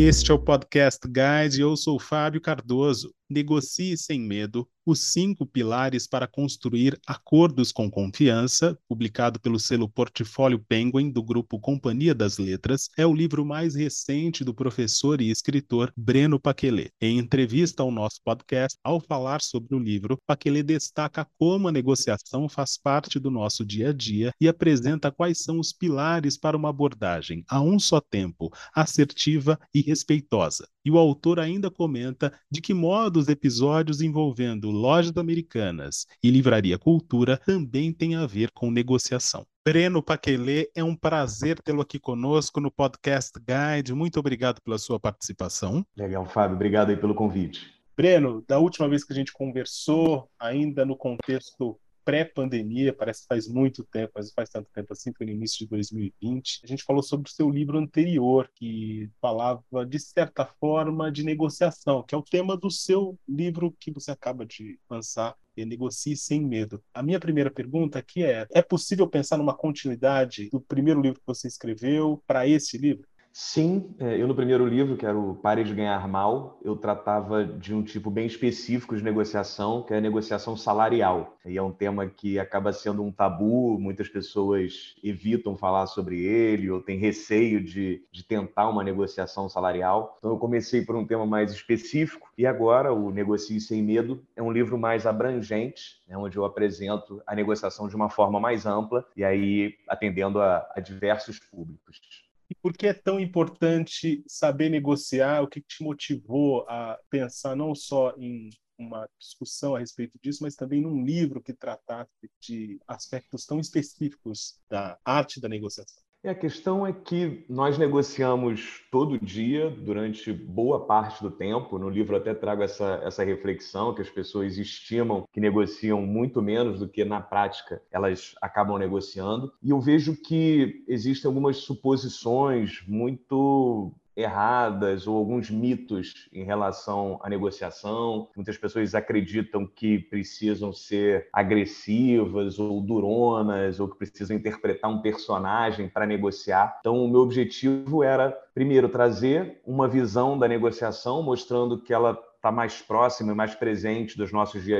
Este é o Podcast Guide e eu sou o Fábio Cardoso. Negocie sem medo os 5 pilares para construir acordos com confiança, publicado pelo selo Portfólio Penguin do grupo Companhia das Letras, é o livro mais recente do professor e escritor Breno Paquelê. Em entrevista ao nosso podcast, ao falar sobre o livro, Paquelê destaca como a negociação faz parte do nosso dia a dia e apresenta quais são os pilares para uma abordagem, a um só tempo, assertiva e respeitosa. E o autor ainda comenta de que modo os episódios envolvendo lojas americanas e livraria cultura também têm a ver com negociação. Breno Paquelê, é um prazer tê-lo aqui conosco no Podcast Guide. Muito obrigado pela sua participação. Legal, Fábio. Obrigado aí pelo convite. Breno, da última vez que a gente conversou, ainda no contexto pré-pandemia, parece que faz muito tempo, mas não faz tanto tempo assim, foi no início de 2020, a gente falou sobre o seu livro anterior, que falava, de certa forma, de negociação, que é o tema do seu livro que você acaba de lançar, que é Negocie Sem Medo. A minha primeira pergunta aqui é possível pensar numa continuidade do primeiro livro que você escreveu para esse livro? Sim, eu no primeiro livro, que era o Pare de Ganhar Mal, eu tratava de um tipo bem específico de negociação, que é a negociação salarial. E é um tema que acaba sendo um tabu, muitas pessoas evitam falar sobre ele ou têm receio de tentar uma negociação salarial. Então eu comecei por um tema mais específico e agora o Negocie Sem Medo é um livro mais abrangente, né, onde eu apresento a negociação de uma forma mais ampla e aí atendendo a diversos públicos. E por que é tão importante saber negociar? O que te motivou a pensar não só em uma discussão a respeito disso, mas também num livro que tratasse de aspectos tão específicos da arte da negociação? A questão é que nós negociamos todo dia, durante boa parte do tempo. No livro eu até trago essa reflexão, que as pessoas estimam que negociam muito menos do que na prática elas acabam negociando. E eu vejo que existem algumas suposições muito erradas ou alguns mitos em relação à negociação. Muitas pessoas acreditam que precisam ser agressivas ou duronas ou que precisam interpretar um personagem para negociar. Então, o meu objetivo era, primeiro, trazer uma visão da negociação, mostrando que ela está mais próximo e mais presente do nosso dia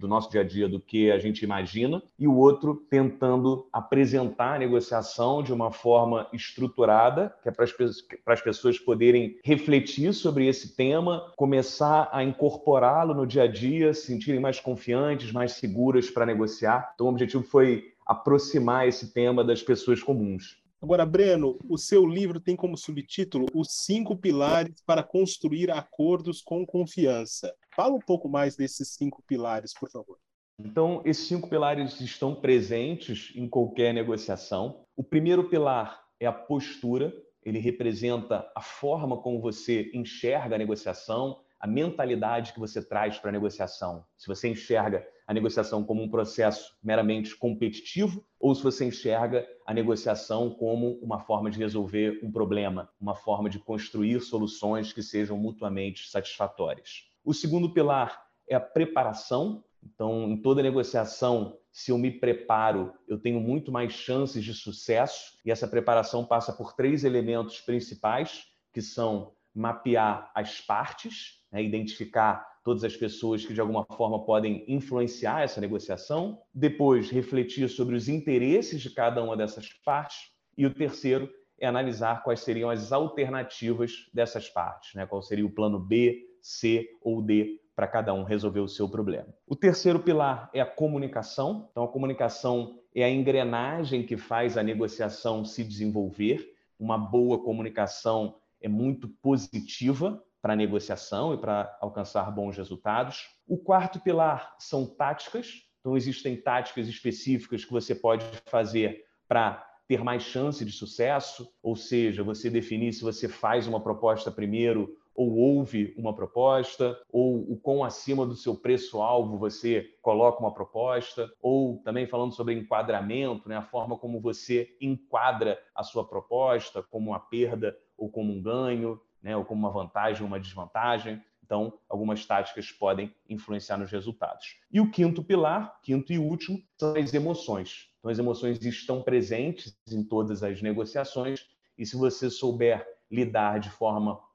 a dia do que a gente imagina, e o outro tentando apresentar a negociação de uma forma estruturada, que é para as pessoas poderem refletir sobre esse tema, começar a incorporá-lo no dia a dia, se sentirem mais confiantes, mais seguras para negociar. Então, o objetivo foi aproximar esse tema das pessoas comuns. Agora, Breno, o seu livro tem como subtítulo Os 5 Pilares para Construir Acordos com Confiança. Fala um pouco mais desses 5 pilares, por favor. Então, esses 5 pilares estão presentes em qualquer negociação. O primeiro pilar é a postura. Ele representa a forma como você enxerga a negociação, a mentalidade que você traz para a negociação. Se você enxerga a negociação como um processo meramente competitivo ou se você enxerga a negociação como uma forma de resolver um problema, uma forma de construir soluções que sejam mutuamente satisfatórias. O segundo pilar é a preparação. Então, em toda negociação, se eu me preparo, eu tenho muito mais chances de sucesso. E essa preparação passa por 3 elementos principais, que são mapear as partes, né, identificar todas as pessoas que de alguma forma podem influenciar essa negociação. Depois, refletir sobre os interesses de cada uma dessas partes. E o terceiro é analisar quais seriam as alternativas dessas partes, né? Qual seria o plano B, C ou D para cada um resolver o seu problema. O terceiro pilar é a comunicação. Então, a comunicação é a engrenagem que faz a negociação se desenvolver. Uma boa comunicação é muito positiva para a negociação e para alcançar bons resultados. O quarto pilar são táticas. Então, existem táticas específicas que você pode fazer para ter mais chance de sucesso, ou seja, você definir se você faz uma proposta primeiro ou ouve uma proposta, ou o quão acima do seu preço-alvo você coloca uma proposta, ou também falando sobre enquadramento, né, a forma como você enquadra a sua proposta, como uma perda ou como um ganho, né, ou como uma vantagem ou uma desvantagem. Então, algumas táticas podem influenciar nos resultados. E o quinto pilar, quinto e último, são as emoções. Então, as emoções estão presentes em todas as negociações e se você souber lidar de forma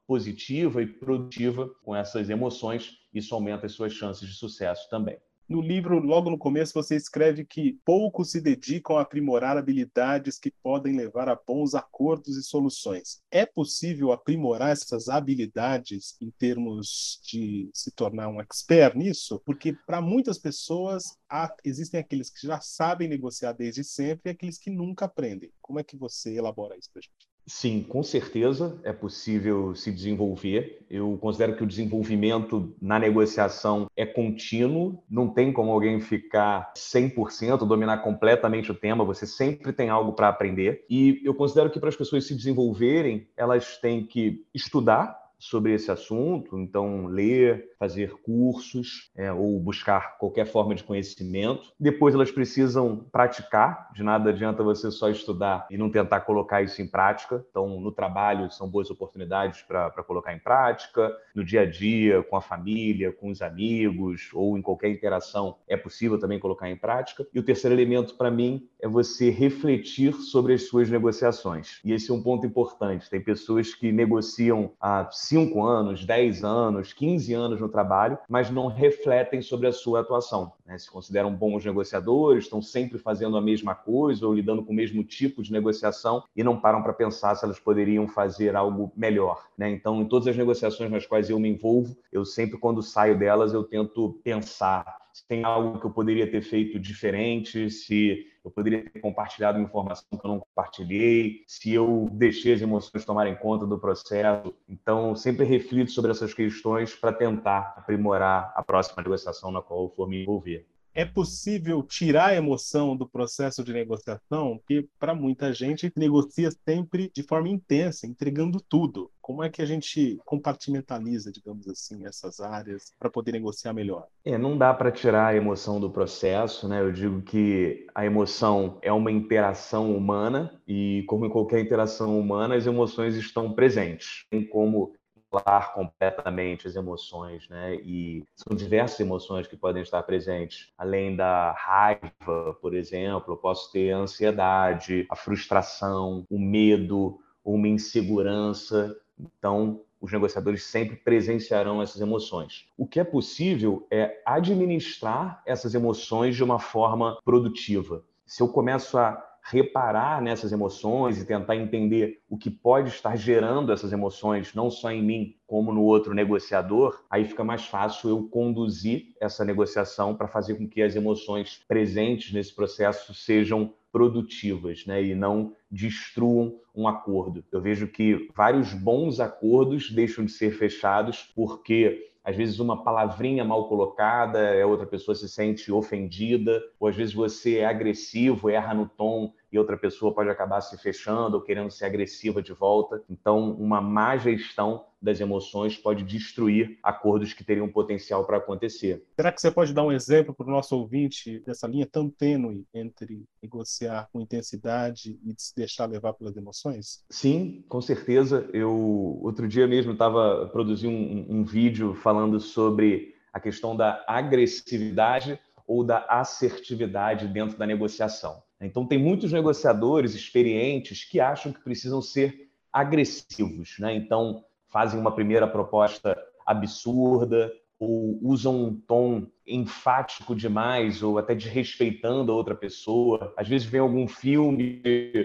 positiva e produtiva com essas emoções. Isso aumenta as suas chances de sucesso também. No livro, logo no começo, você escreve que poucos se dedicam a aprimorar habilidades que podem levar a bons acordos e soluções. É possível aprimorar essas habilidades em termos de se tornar um expert nisso? Porque para muitas pessoas existem aqueles que já sabem negociar desde sempre e aqueles que nunca aprendem. Como é que você elabora isso para a gente? Sim, com certeza é possível se desenvolver. Eu considero que o desenvolvimento na negociação é contínuo, não tem como alguém ficar 100%, dominar completamente o tema, você sempre tem algo para aprender. E eu considero que para as pessoas se desenvolverem, elas têm que estudar sobre esse assunto, então ler, fazer cursos ou buscar qualquer forma de conhecimento. Depois elas precisam praticar, de nada adianta você só estudar e não tentar colocar isso em prática. Então, no trabalho são boas oportunidades para colocar em prática, no dia a dia, com a família, com os amigos ou em qualquer interação é possível também colocar em prática. E o terceiro elemento para mim é você refletir sobre as suas negociações. E esse é um ponto importante. Tem pessoas que negociam há 5 anos, 10 anos, 15 anos no trabalho, mas não refletem sobre a sua atuação, né? Se consideram bons negociadores, estão sempre fazendo a mesma coisa ou lidando com o mesmo tipo de negociação e não param para pensar se elas poderiam fazer algo melhor, né? Então, em todas as negociações nas quais eu me envolvo, eu sempre, quando saio delas, eu tento pensar se tem algo que eu poderia ter feito diferente, se eu poderia ter compartilhado uma informação que eu não compartilhei, se eu deixei as emoções tomarem conta do processo. Então, sempre reflito sobre essas questões para tentar aprimorar a próxima negociação na qual eu for me envolver. É possível tirar a emoção do processo de negociação? Porque para muita gente negocia sempre de forma intensa, entregando tudo. Como é que a gente compartimentaliza, digamos assim, essas áreas para poder negociar melhor? Não dá para tirar a emoção do processo, né? Eu digo que a emoção é uma interação humana e, como em qualquer interação humana, as emoções estão presentes. Tem como controlar completamente as emoções, né? E são diversas emoções que podem estar presentes. Além da raiva, por exemplo, eu posso ter a ansiedade, a frustração, o medo, uma insegurança. Então, os negociadores sempre presenciarão essas emoções. O que é possível é administrar essas emoções de uma forma produtiva. Se eu começo a reparar nessas emoções e tentar entender o que pode estar gerando essas emoções, não só em mim, como no outro negociador, aí fica mais fácil eu conduzir essa negociação para fazer com que as emoções presentes nesse processo sejam produtivas, né, e não destruam um acordo. Eu vejo que vários bons acordos deixam de ser fechados porque às vezes uma palavrinha mal colocada, a outra pessoa se sente ofendida, ou às vezes você é agressivo, erra no tom e outra pessoa pode acabar se fechando ou querendo ser agressiva de volta. Então, uma má gestão das emoções pode destruir acordos que teriam potencial para acontecer. Será que você pode dar um exemplo para o nosso ouvinte dessa linha tão tênue entre negociar com intensidade e se deixar levar pelas emoções? Sim, com certeza. Eu, outro dia mesmo, estava produzindo um vídeo falando sobre a questão da agressividade ou da assertividade dentro da negociação. Então, tem muitos negociadores experientes que acham que precisam ser agressivos, né? Então, fazem uma primeira proposta absurda ou usam um tom enfático demais ou até desrespeitando a outra pessoa. Às vezes vem algum filme,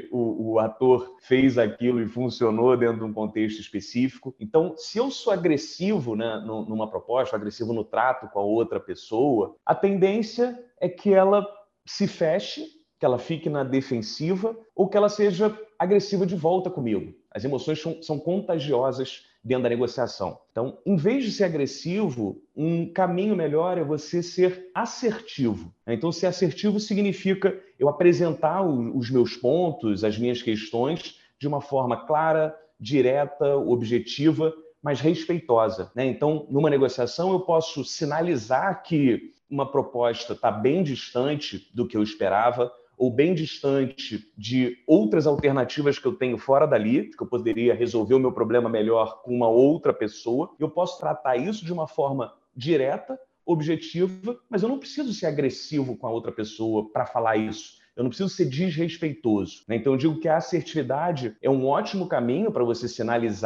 o ator fez aquilo e funcionou dentro de um contexto específico. Então, se eu sou agressivo, né, numa proposta, agressivo no trato com a outra pessoa, a tendência é que ela se feche, que ela fique na defensiva ou que ela seja agressiva de volta comigo. As emoções são contagiosas dentro da negociação. Então, em vez de ser agressivo, um caminho melhor é você ser assertivo. Então, ser assertivo significa eu apresentar os meus pontos, as minhas questões, de uma forma clara, direta, objetiva, mas respeitosa. Então, numa negociação, eu posso sinalizar que uma proposta está bem distante do que eu esperava, ou bem distante de outras alternativas que eu tenho fora dali, que eu poderia resolver o meu problema melhor com uma outra pessoa. Eu posso tratar isso de uma forma direta, objetiva, mas eu não preciso ser agressivo com a outra pessoa para falar isso. Eu não preciso ser desrespeitoso. Então, eu digo que a assertividade é um ótimo caminho para você sinalizar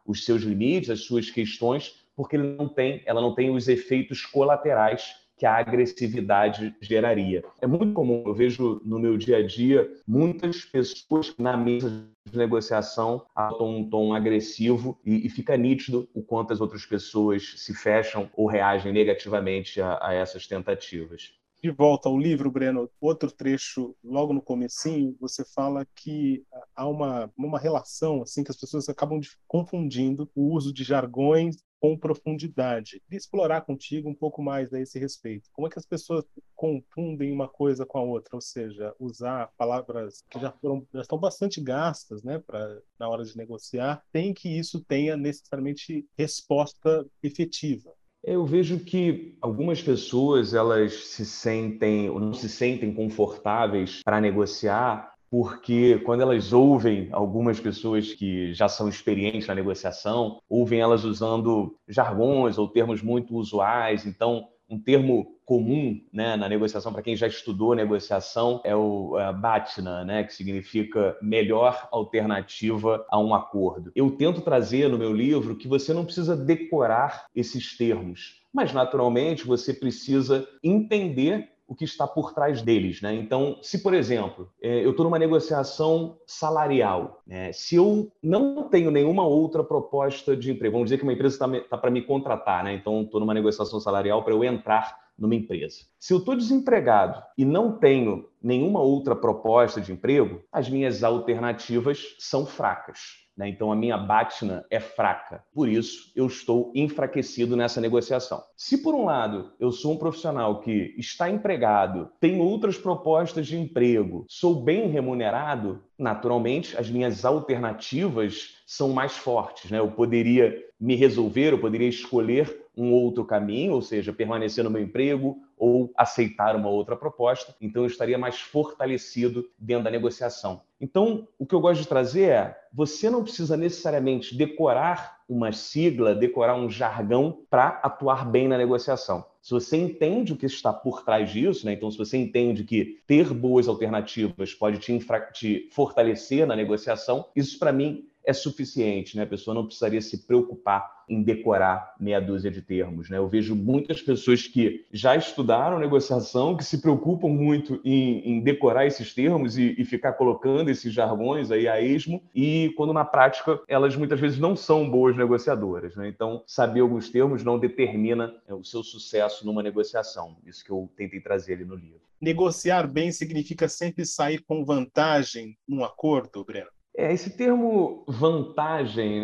os seus limites, as suas questões, porque ela não tem os efeitos colaterais que a agressividade geraria. É muito comum, eu vejo no meu dia a dia, muitas pessoas na mesa de negociação adotam um tom agressivo e fica nítido o quanto as outras pessoas se fecham ou reagem negativamente a essas tentativas. De volta ao livro, Breno, outro trecho, logo no comecinho, você fala que há uma relação, assim, que as pessoas acabam confundindo o uso de jargões com profundidade. Queria explorar contigo um pouco mais a esse respeito. Como é que as pessoas confundem uma coisa com a outra? Ou seja, usar palavras que já estão bastante gastas, né, na hora de negociar, sem que isso tenha necessariamente resposta efetiva. Eu vejo que algumas pessoas elas se sentem ou não se sentem confortáveis para negociar porque quando elas ouvem algumas pessoas que já são experientes na negociação, ouvem elas usando jargões ou termos muito usuais. Então, um termo comum, né, na negociação, para quem já estudou negociação, é o BATNA, né, que significa melhor alternativa a um acordo. Eu tento trazer no meu livro que você não precisa decorar esses termos, mas naturalmente você precisa entender o que está por trás deles, né? Então, se, por exemplo, eu estou numa negociação salarial, né? Se eu não tenho nenhuma outra proposta de emprego, vamos dizer que uma empresa está para me contratar, né? Então, estou numa negociação salarial para eu entrar numa empresa. Se eu estou desempregado e não tenho nenhuma outra proposta de emprego, as minhas alternativas são fracas. Então, a minha BATNA é fraca. Por isso, eu estou enfraquecido nessa negociação. Se, por um lado, eu sou um profissional que está empregado, tem outras propostas de emprego, sou bem remunerado, naturalmente, as minhas alternativas são mais fortes. Eu poderia me resolver, eu poderia escolher um outro caminho, ou seja, permanecer no meu emprego ou aceitar uma outra proposta. Então, eu estaria mais fortalecido dentro da negociação. Então, o que eu gosto de trazer é, você não precisa necessariamente decorar uma sigla, decorar um jargão para atuar bem na negociação. Se você entende o que está por trás disso, então se você entende que ter boas alternativas pode te fortalecer na negociação, isso para mim é suficiente, A pessoa não precisaria se preocupar em decorar meia dúzia de termos, Eu vejo muitas pessoas que já estudaram negociação, que se preocupam muito em decorar esses termos e ficar colocando esses jargões aí a esmo, e quando na prática elas muitas vezes não são boas negociadoras, Então, saber alguns termos não determina o seu sucesso numa negociação. Isso que eu tentei trazer ali no livro. Negociar bem significa sempre sair com vantagem num acordo, Breno? Esse termo vantagem,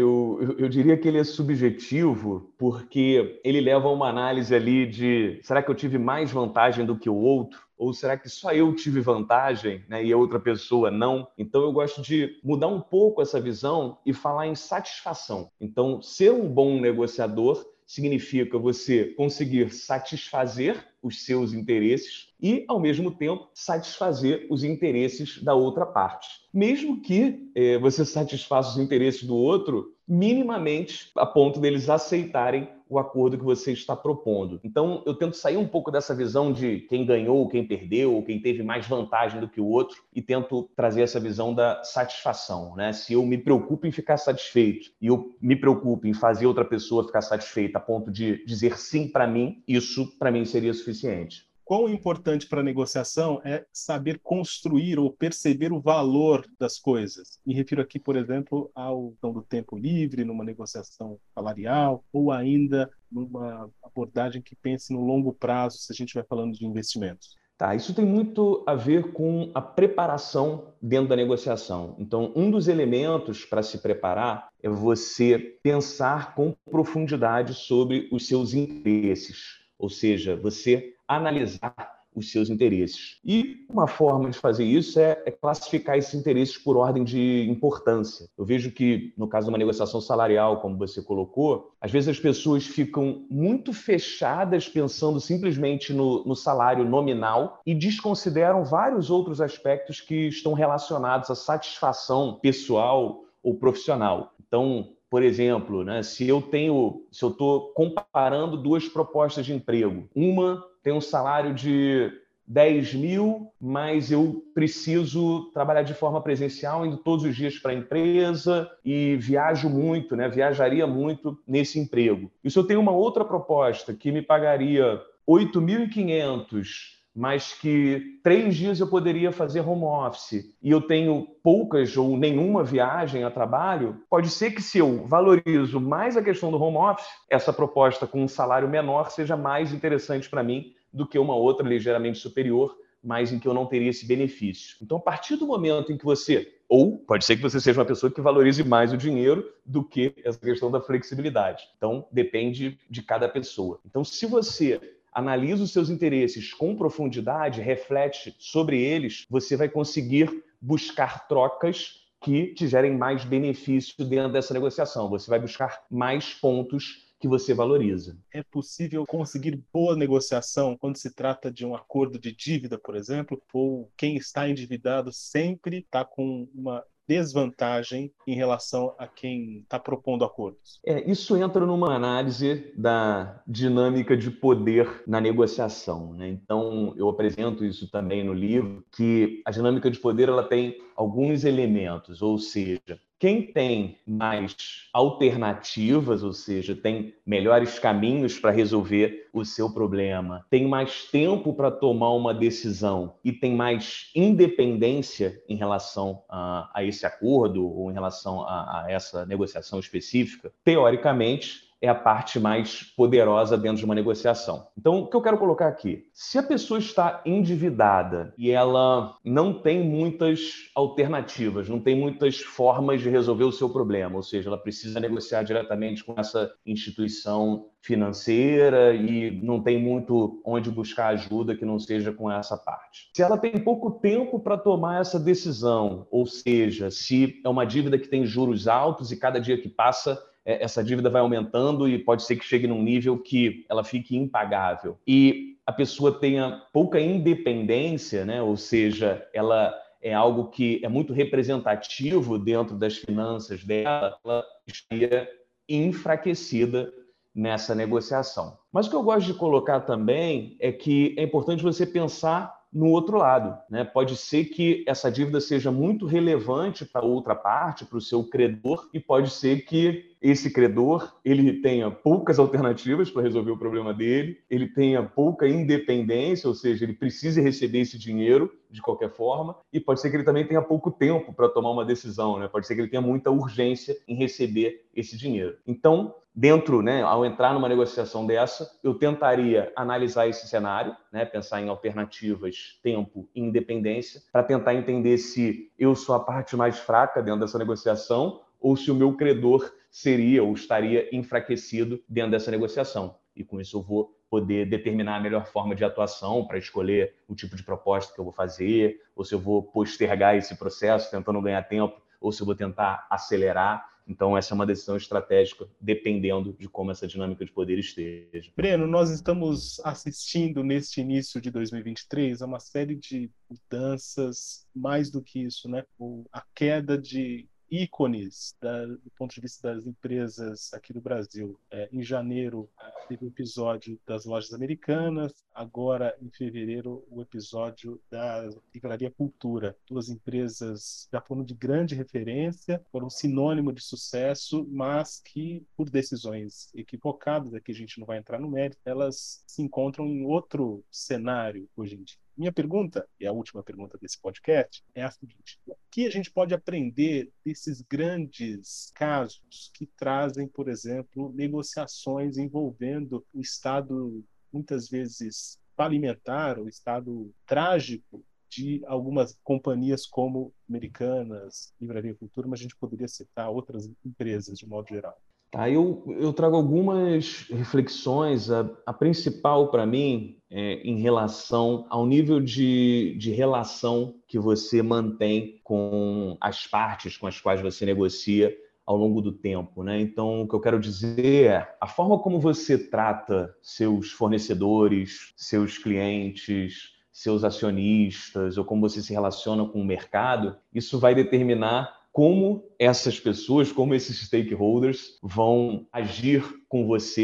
eu diria que ele é subjetivo, porque ele leva a uma análise ali de será que eu tive mais vantagem do que o outro? Ou será que só eu tive vantagem, e a outra pessoa não? Então eu gosto de mudar um pouco essa visão e falar em satisfação. Então, ser um bom negociador significa você conseguir satisfazer os seus interesses e, ao mesmo tempo, satisfazer os interesses da outra parte. Mesmo que você satisfaça os interesses do outro minimamente a ponto deles aceitarem o acordo que você está propondo. Então, eu tento sair um pouco dessa visão de quem ganhou, quem perdeu, ou quem teve mais vantagem do que o outro, e tento trazer essa visão da satisfação. Se eu me preocupo em ficar satisfeito e eu me preocupo em fazer outra pessoa ficar satisfeita a ponto de dizer sim para mim, isso para mim seria suficiente. Quão importante para a negociação é saber construir ou perceber o valor das coisas? Me refiro aqui, por exemplo, ao questão do tempo livre, numa negociação salarial, ou ainda numa abordagem que pense no longo prazo, se a gente vai falando de investimentos. Tá, isso tem muito a ver com a preparação dentro da negociação. Então, um dos elementos para se preparar é você pensar com profundidade sobre os seus interesses, ou seja, você analisar os seus interesses. E uma forma de fazer isso é classificar esses interesses por ordem de importância. Eu vejo que, no caso de uma negociação salarial, como você colocou, às vezes as pessoas ficam muito fechadas pensando simplesmente no salário nominal e desconsideram vários outros aspectos que estão relacionados à satisfação pessoal ou profissional. Então, por exemplo, se eu estou comparando duas propostas de emprego, uma tem um salário de 10 mil, mas eu preciso trabalhar de forma presencial, indo todos os dias para a empresa e viajo muito, né? Viajaria muito nesse emprego. E se eu tenho uma outra proposta que me pagaria 8.500, mas que 3 dias eu poderia fazer home office e eu tenho poucas ou nenhuma viagem a trabalho, pode ser que se eu valorizo mais a questão do home office, essa proposta com um salário menor seja mais interessante para mim do que uma outra ligeiramente superior, mas em que eu não teria esse benefício. Então, a partir do momento em que você, ou pode ser que você seja uma pessoa que valorize mais o dinheiro do que essa questão da flexibilidade. Então, depende de cada pessoa. Então, se você analisa os seus interesses com profundidade, reflete sobre eles, você vai conseguir buscar trocas que te gerem mais benefício dentro dessa negociação. Você vai buscar mais pontos que você valoriza. É possível conseguir boa negociação quando se trata de um acordo de dívida, por exemplo, ou quem está endividado sempre está com uma desvantagem em relação a quem está propondo acordos? Isso entra numa análise da dinâmica de poder na negociação, né? Então, eu apresento isso também no livro, que a dinâmica de poder ela tem alguns elementos, ou seja, quem tem mais alternativas, ou seja, tem melhores caminhos para resolver o seu problema, tem mais tempo para tomar uma decisão e tem mais independência em relação a esse acordo ou em relação a essa negociação específica, teoricamente, é a parte mais poderosa dentro de uma negociação. Então, o que eu quero colocar aqui? Se a pessoa está endividada e ela não tem muitas alternativas, não tem muitas formas de resolver o seu problema, ou seja, ela precisa negociar diretamente com essa instituição financeira e não tem muito onde buscar ajuda que não seja com essa parte. Se ela tem pouco tempo para tomar essa decisão, ou seja, se é uma dívida que tem juros altos e cada dia que passa essa dívida vai aumentando e pode ser que chegue num nível que ela fique impagável. E a pessoa tenha pouca independência, né? Ou seja, ela é algo que é muito representativo dentro das finanças dela, ela estaria enfraquecida nessa negociação. Mas o que eu gosto de colocar também é que é importante você pensar no outro lado, né? Pode ser que essa dívida seja muito relevante para outra parte, para o seu credor, e pode ser que esse credor ele tenha poucas alternativas para resolver o problema dele, ele tenha pouca independência, ou seja, ele precise receber esse dinheiro de qualquer forma, e pode ser que ele também tenha pouco tempo para tomar uma decisão, né? Pode ser que ele tenha muita urgência em receber esse dinheiro. Então, dentro, né, ao entrar numa negociação dessa, eu tentaria analisar esse cenário, né, pensar em alternativas, tempo e independência, para tentar entender se eu sou a parte mais fraca dentro dessa negociação ou se o meu credor seria ou estaria enfraquecido dentro dessa negociação. E com isso eu vou poder determinar a melhor forma de atuação para escolher o tipo de proposta que eu vou fazer, ou se eu vou postergar esse processo tentando ganhar tempo, ou se eu vou tentar acelerar. Então, essa é uma decisão estratégica, dependendo de como essa dinâmica de poder esteja. Breno, nós estamos assistindo neste início de 2023 a uma série de mudanças, mais do que isso, né? A queda de ícones do ponto de vista das empresas aqui do Brasil. Em janeiro, teve o episódio das lojas americanas, agora, em fevereiro, o episódio da Livraria Cultura. Duas empresas já foram de grande referência, foram sinônimo de sucesso, mas que, por decisões equivocadas, aqui a gente não vai entrar no mérito, elas se encontram em outro cenário hoje em dia. Minha pergunta, e a última pergunta desse podcast, é a seguinte: o que a gente pode aprender desses grandes casos que trazem, por exemplo, negociações envolvendo o estado, muitas vezes, falimentar, o estado trágico de algumas companhias como Americanas, Livraria Cultura, mas a gente poderia citar outras empresas de modo geral. Tá, eu trago algumas reflexões. A principal para mim é em relação ao nível de relação que você mantém com as partes com as quais você negocia ao longo do tempo, né? Então, o que eu quero dizer é a forma como você trata seus fornecedores, seus clientes, seus acionistas, ou como você se relaciona com o mercado, isso vai determinar como essas pessoas, como esses stakeholders vão agir com você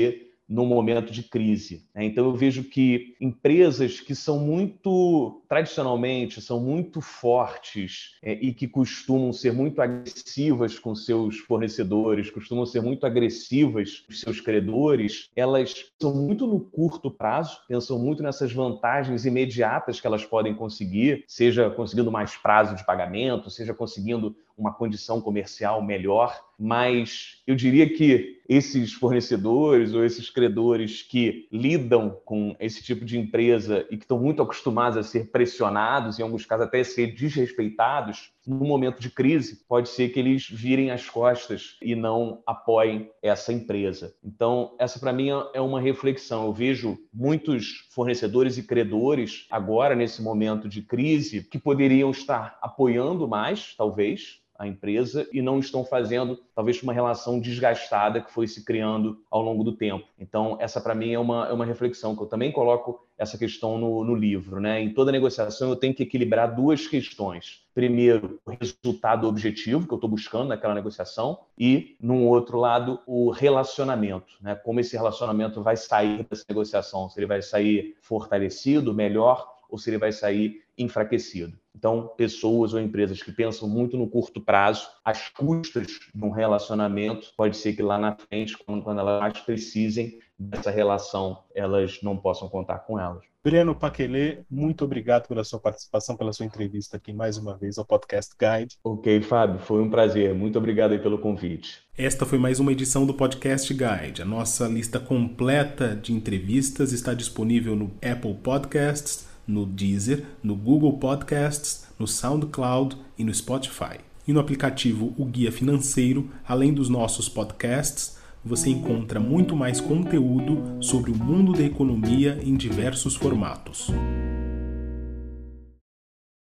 no momento de crise. Então, eu vejo que empresas que são muito, tradicionalmente, são muito fortes e que costumam ser muito agressivas com seus fornecedores, costumam ser muito agressivas com seus credores, elas são muito no curto prazo, pensam muito nessas vantagens imediatas que elas podem conseguir, seja conseguindo mais prazo de pagamento, seja conseguindo uma condição comercial melhor, mas eu diria que esses fornecedores ou esses credores que lidam com esse tipo de empresa e que estão muito acostumados a ser pressionados, em alguns casos até ser desrespeitados, no momento de crise, pode ser que eles virem as costas e não apoiem essa empresa. Então, essa para mim é uma reflexão. Eu vejo muitos fornecedores e credores agora, nesse momento de crise, que poderiam estar apoiando mais, talvez, a empresa e não estão fazendo, talvez, uma relação desgastada que foi se criando ao longo do tempo. Então, essa para mim é uma reflexão que eu também coloco essa questão no livro, né? Em toda negociação eu tenho que equilibrar duas questões. Primeiro, o resultado objetivo que eu estou buscando naquela negociação e, num outro lado, o relacionamento, né? Como esse relacionamento vai sair dessa negociação, se ele vai sair fortalecido, melhor, ou se ele vai sair enfraquecido. Então, pessoas ou empresas que pensam muito no curto prazo, às custas de um relacionamento, pode ser que lá na frente, quando elas mais precisem dessa relação, elas não possam contar com elas. Breno Paquelê, muito obrigado pela sua participação, pela sua entrevista aqui mais uma vez ao Podcast Guide. Ok, Fábio, foi um prazer. Muito obrigado aí pelo convite. Esta foi mais uma edição do Podcast Guide. A nossa lista completa de entrevistas está disponível no Apple Podcasts, no Deezer, no Google Podcasts, no SoundCloud e no Spotify. E no aplicativo O Guia Financeiro, além dos nossos podcasts, você encontra muito mais conteúdo sobre o mundo da economia em diversos formatos.